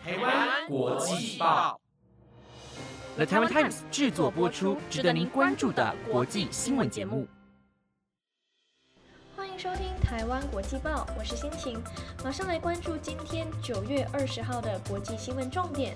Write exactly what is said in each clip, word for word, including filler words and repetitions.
台湾国际报 The Taiwan Times 制作播出，值得您关注的国际新闻节目。 欢迎收听台湾国际报，我是心情，马上来关注今天九月二十号的国际新闻重点。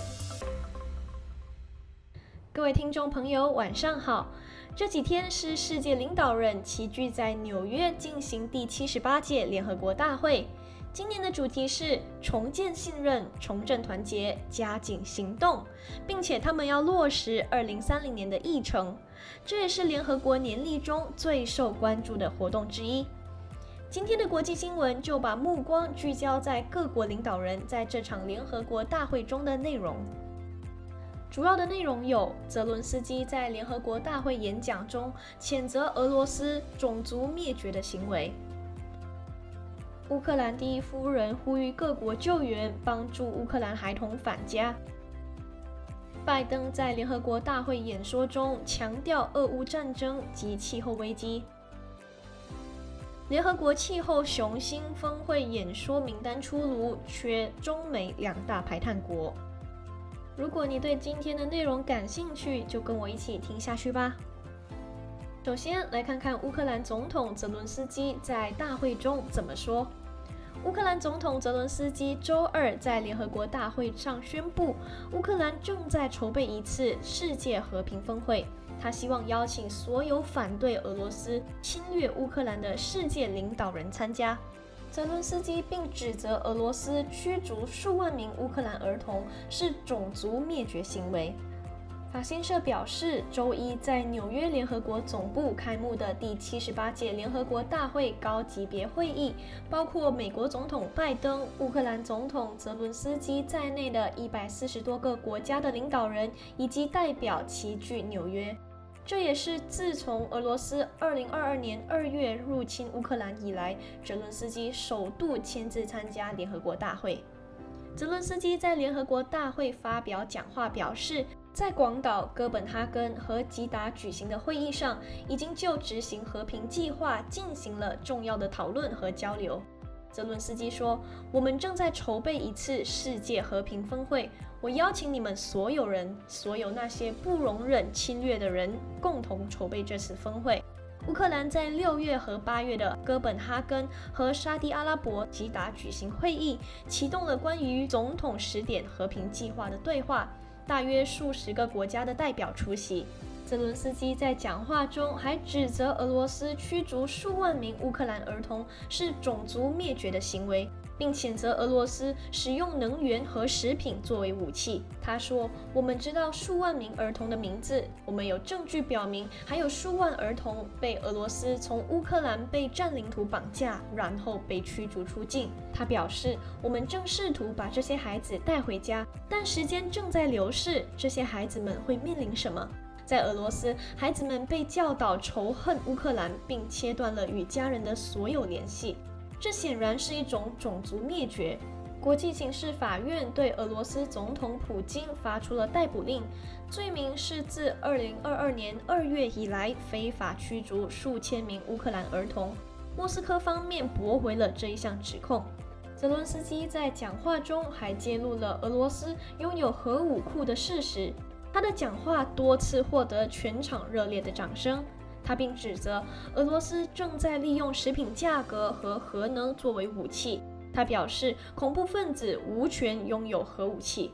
各位听众朋友，晚上好。这几天是世界领导人齐聚在纽约进行第七十八届联合国大会。今年的主题是重建信任、重振团结、加紧行动，并且他们要落实二零三零年的议程，这也是联合国年历中最受关注的活动之一。今天的国际新闻就把目光聚焦在各国领导人在这场联合国大会中的内容。主要的内容有：泽伦斯基在联合国大会演讲中谴责俄罗斯种族灭绝的行为；乌克兰第一夫人呼吁各国救援，帮助乌克兰孩童返家；拜登在联合国大会演说中强调俄乌战争及气候危机；联合国气候雄心峰会演说名单出炉，缺中美两大排碳国。如果你对今天的内容感兴趣，就跟我一起听下去吧。首先来看看乌克兰总统泽伦斯基在大会中怎么说。乌克兰总统泽伦斯基周二在联合国大会上宣布，乌克兰正在筹备一次世界和平峰会，他希望邀请所有反对俄罗斯侵略乌克兰的世界领导人参加。泽伦斯基并指责俄罗斯驱逐数万名乌克兰儿童是种族灭绝行为。法新社表示，周一在纽约联合国总部开幕的第七十八届联合国大会高级别会议，包括美国总统拜登、乌克兰总统泽伦斯基在内的一百四十多个国家的领导人以及代表齐聚纽约。这也是自从俄罗斯二零二二年二月入侵乌克兰以来，泽伦斯基首度亲自参加联合国大会。泽伦斯基在联合国大会发表讲话表示，在广岛、哥本哈根和吉达举行的会议上，已经就执行和平计划进行了重要的讨论和交流。泽伦斯基说，我们正在筹备一次世界和平峰会，我邀请你们所有人，所有那些不容忍侵略的人，共同筹备这次峰会。乌克兰在六月和八月的哥本哈根和沙地阿拉伯吉达举行会议，启动了关于总统十点和平计划的对话，大约数十个国家的代表出席。泽伦斯基在讲话中还指责俄罗斯驱逐数万名乌克兰儿童是种族灭绝的行为，并谴责俄罗斯使用能源和食品作为武器。他说，我们知道数万名儿童的名字，我们有证据表明还有数万儿童被俄罗斯从乌克兰被占领土绑架，然后被驱逐出境。他表示，我们正试图把这些孩子带回家，但时间正在流逝，这些孩子们会面临什么？在俄罗斯，孩子们被教导仇恨乌克兰，并切断了与家人的所有联系。这显然是一种种族灭绝。国际刑事法院对俄罗斯总统普京发出了逮捕令，罪名是自二零二二年二月以来非法驱逐数千名乌克兰儿童。莫斯科方面驳回了这一项指控。泽伦斯基在讲话中还揭露了俄罗斯拥有核武库的事实。他的讲话多次获得全场热烈的掌声。他并指责俄罗斯正在利用食品价格和核能作为武器。他表示，恐怖分子无权拥有核武器。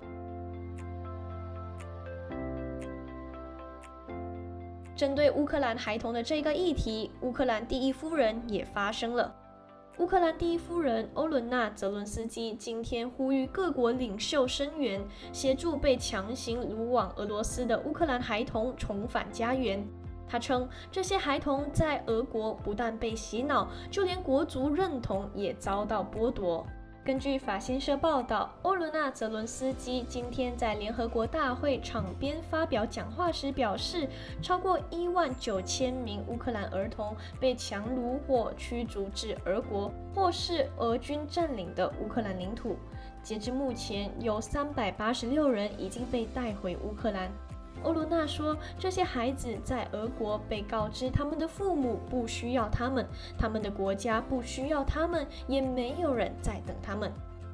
针对乌克兰孩童的这个议题，乌克兰第一夫人也发声了。乌克兰第一夫人欧伦娜·泽伦斯基今天呼吁各国领袖声援，协助被强行掳往俄罗斯的乌克兰孩童重返家园。他称，这些孩童在俄国不但被洗脑，就连国族认同也遭到剥夺。根据法新社报道，欧伦娜·泽伦斯基今天在联合国大会场边发表讲话时表示，超过一万九千名乌克兰儿童被强掳或驱逐至俄国或是俄军占领的乌克兰领土。截至目前，有三百八十六人已经被带回乌克兰。欧罗娜说，这些孩子在俄国被告知他们的父母不需要他们，他们的国家不需要他们，也没有人在等他们。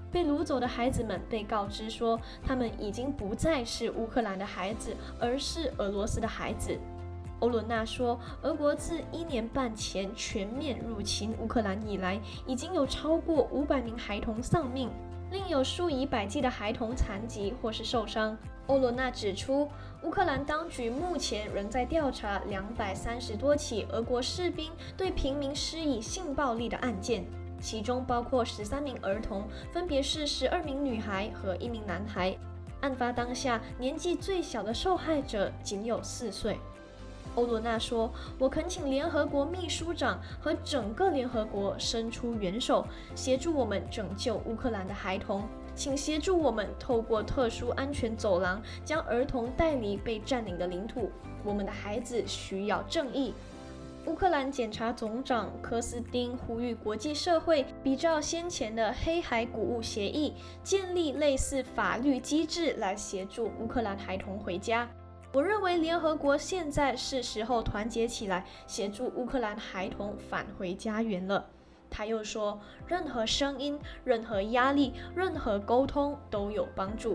被掳走的孩子们被告知说，他们已经不再是乌克兰的孩子，而是俄罗斯的孩子。欧罗娜说，俄国自一年半前全面入侵乌克兰以来，已经有超过五百名孩童丧命，另有数以百计的孩童残疾或是受伤。欧罗娜指出，乌克兰当局目前仍在调查两百三十多起俄国士兵对平民施以性暴力的案件，其中包括十三名儿童，分别是十二名女孩和一名男孩。案发当下，年纪最小的受害者仅有四岁。欧罗娜说，我恳请联合国秘书长和整个联合国伸出援手，协助我们拯救乌克兰的孩童，请协助我们透过特殊安全走廊将儿童带离被占领的领土，我们的孩子需要正义。乌克兰检察总长科斯丁呼吁国际社会比照先前的黑海谷物协议，建立类似法律机制来协助乌克兰孩童回家。我认为联合国现在是时候团结起来，协助乌克兰孩童返回家园了。他又说，任何声音、任何压力、任何沟通都有帮助。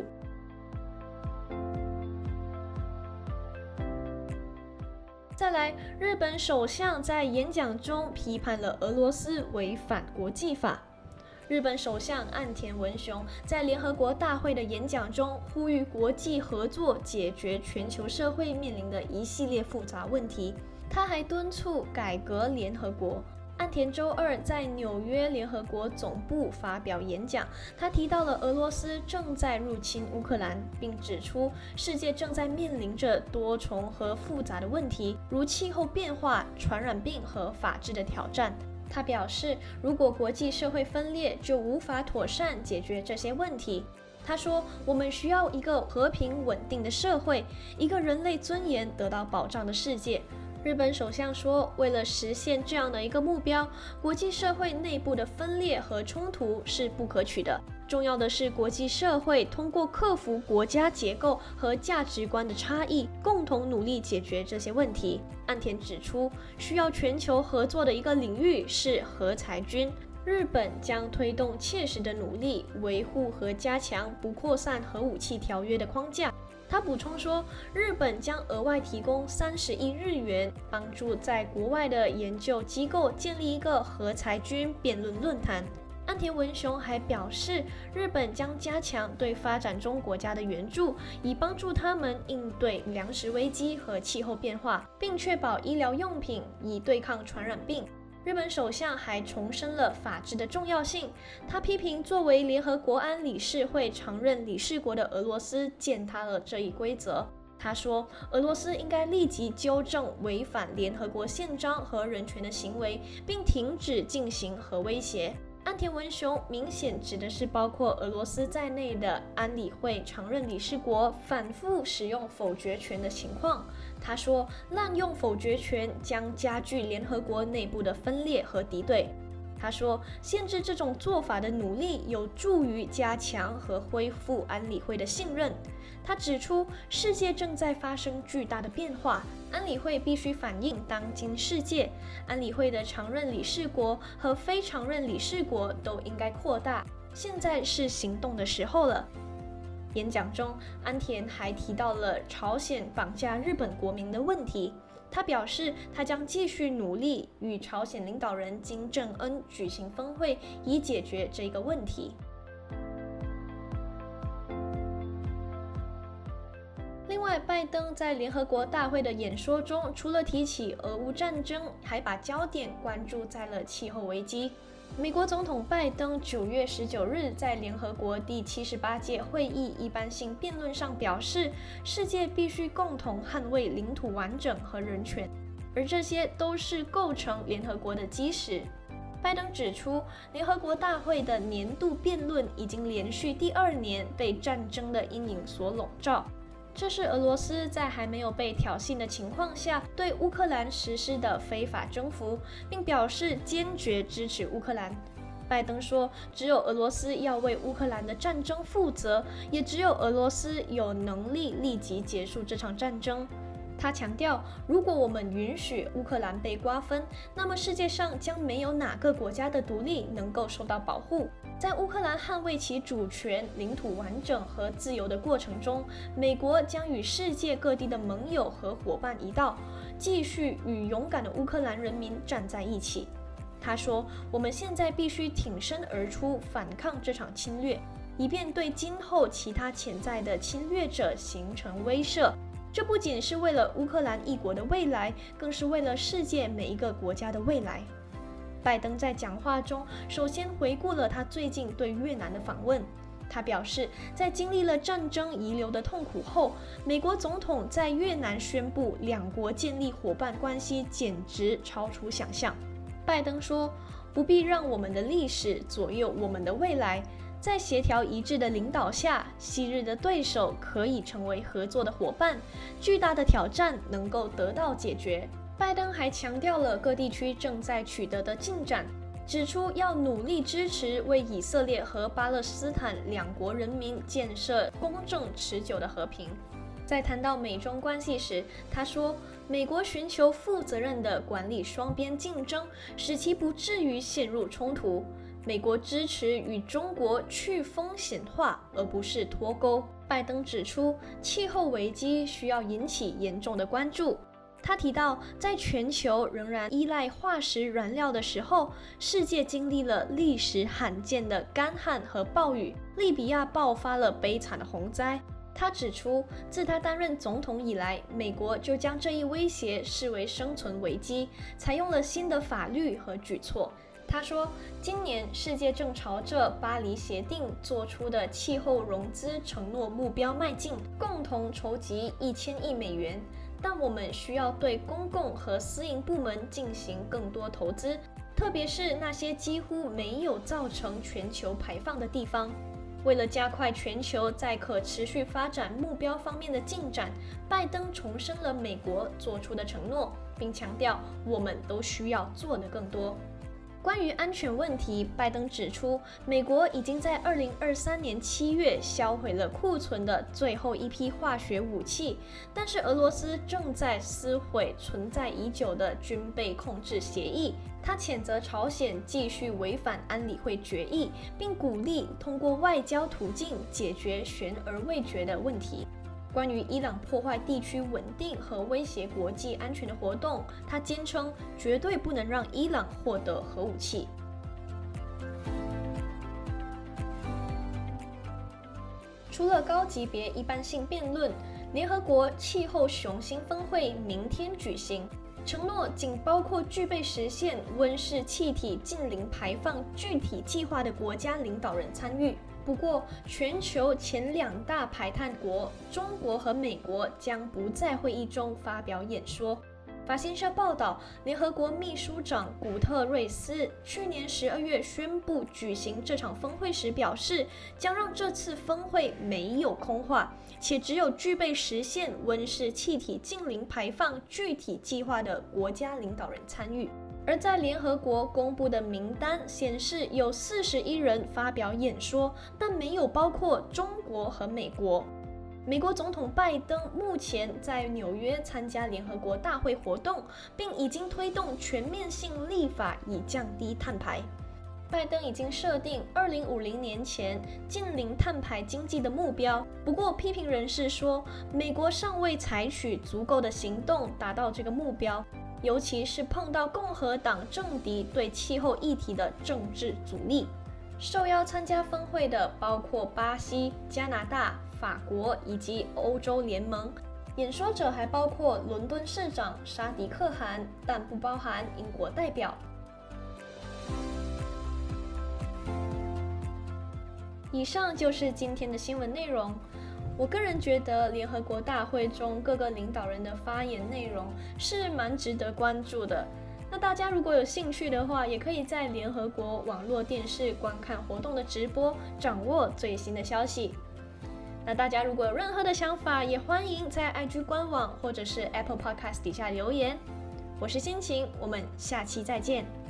再来，日本首相在演讲中批判了俄罗斯违反国际法。日本首相岸田文雄在联合国大会的演讲中呼吁国际合作解决全球社会面临的一系列复杂问题。他还敦促改革联合国。岸田周二在纽约联合国总部发表演讲，他提到了俄罗斯正在入侵乌克兰，并指出世界正在面临着多重和复杂的问题，如气候变化、传染病和法治的挑战。他表示，如果国际社会分裂，就无法妥善解决这些问题。他说，我们需要一个和平稳定的社会，一个人类尊严得到保障的世界。日本首相说，为了实现这样的一个目标，国际社会内部的分裂和冲突是不可取的。重要的是，国际社会通过克服国家结构和价值观的差异，共同努力解决这些问题。岸田指出，需要全球合作的一个领域是核裁军。日本将推动切实的努力，维护和加强不扩散核武器条约的框架。他补充说，日本将额外提供三十亿日元，帮助在国外的研究机构建立一个核裁军辩论论坛。岸田文雄还表示，日本将加强对发展中国家的援助，以帮助他们应对粮食危机和气候变化，并确保医疗用品以对抗传染病。日本首相还重申了法治的重要性，他批评作为联合国安理事会常任理事国的俄罗斯践踏了这一规则。他说，俄罗斯应该立即纠正违反联合国宪章和人权的行为，并停止进行核威胁。岸田文雄明显指的是包括俄罗斯在内的安理会常任理事国反复使用否决权的情况。他说，滥用否决权将加剧联合国内部的分裂和敌对。他说，限制这种做法的努力有助于加强和恢复安理会的信任。他指出，世界正在发生巨大的变化，安理会必须反映当今世界。安理会的常任理事国和非常任理事国都应该扩大，现在是行动的时候了。演讲中，安田还提到了朝鲜绑架日本国民的问题。他表示，他将继续努力与朝鲜领导人金正恩举行峰会，以解决这个问题。另外，拜登在联合国大会的演说中，除了提起俄乌战争，还把焦点关注在了气候危机。美国总统拜登九月十九日在联合国第七十八届会议一般性辩论上表示，世界必须共同捍卫领土完整和人权，而这些都是构成联合国的基石。拜登指出，联合国大会的年度辩论已经连续第二年被战争的阴影所笼罩。这是俄罗斯在还没有被挑衅的情况下对乌克兰实施的非法征服，并表示坚决支持乌克兰。拜登说，只有俄罗斯要为乌克兰的战争负责，也只有俄罗斯有能力立即结束这场战争。他强调，如果我们允许乌克兰被瓜分，那么世界上将没有哪个国家的独立能够受到保护。 在乌克兰捍卫其主权、领土完整和自由的过程中，美国将与世界各地的盟友和伙伴一道，继续与勇敢的乌克兰人民站在一起。他说：“我们现在必须挺身而出，反抗这场侵略，以便对今后其他潜在的侵略者形成威慑。这不仅是为了乌克兰一国的未来，更是为了世界每一个国家的未来。”拜登在讲话中首先回顾了他最近对越南的访问。他表示，在经历了战争遗留的痛苦后，美国总统在越南宣布两国建立伙伴关系，简直超出想象。拜登说：“不必让我们的历史左右我们的未来，在协调一致的领导下，昔日的对手可以成为合作的伙伴，巨大的挑战能够得到解决。”拜登还强调了各地区正在取得的进展，指出要努力支持为以色列和巴勒斯坦两国人民建设公正持久的和平。在谈到美中关系时，他说：“美国寻求负责任地管理双边竞争，使其不至于陷入冲突。美国支持与中国去风险化，而不是脱钩。”拜登指出，气候危机需要引起严重的关注。他提到，在全球仍然依赖化石燃料的时候，世界经历了历史罕见的干旱和暴雨，利比亚爆发了悲惨的洪灾。他指出，自他担任总统以来，美国就将这一威胁视为生存危机，采用了新的法律和举措。他说，今年世界正朝着巴黎协定做出的气候融资承诺目标迈进，共同筹集一千亿美元。但我们需要对公共和私营部门进行更多投资，特别是那些几乎没有造成全球排放的地方。为了加快全球在可持续发展目标方面的进展，拜登重申了美国做出的承诺，并强调我们都需要做得更多。关于安全问题，拜登指出，美国已经在二零二三年七月销毁了库存的最后一批化学武器，但是俄罗斯正在撕毁存在已久的军备控制协议。他谴责朝鲜继续违反安理会决议，并鼓励通过外交途径解决悬而未决的问题。关于伊朗破坏地区稳定和威胁国际安全的活动，他坚称绝对不能让伊朗获得核武器。除了高级别一般性辩论，联合国气候雄心峰会明天举行，承诺仅包括具备实现温室气体净零排放具体计划的国家领导人参与。不过，全球前两大排碳国中国和美国将不在会议中发表演说。法新社报道，联合国秘书长古特瑞斯去年十二月宣布举行这场峰会时表示，将让这次峰会没有空话，且只有具备实现温室气体净零排放具体计划的国家领导人参与。而在联合国公布的名单显示，有四十一人发表演说，但没有包括中国和美国。美国总统拜登目前在纽约参加联合国大会活动，并已经推动全面性立法以降低碳排。拜登已经设定二零五零年前净零碳排经济的目标，不过批评人士说，美国尚未采取足够的行动达到这个目标。尤其是碰到共和党政敌对气候议题的政治阻力。受邀参加峰会的包括巴西、加拿大、法国以及欧洲联盟。演说者还包括伦敦市长沙迪克汗，但不包含英国代表。以上就是今天的新闻内容。我个人觉得联合国大会中各个领导人的发言内容是蛮值得关注的。那大家如果有兴趣的话，也可以在联合国网络电视观看活动的直播，掌握最新的消息。那大家如果有任何的想法，也欢迎在 I G 官网或者是 Apple Podcast 底下留言。我是心情，我们下期再见。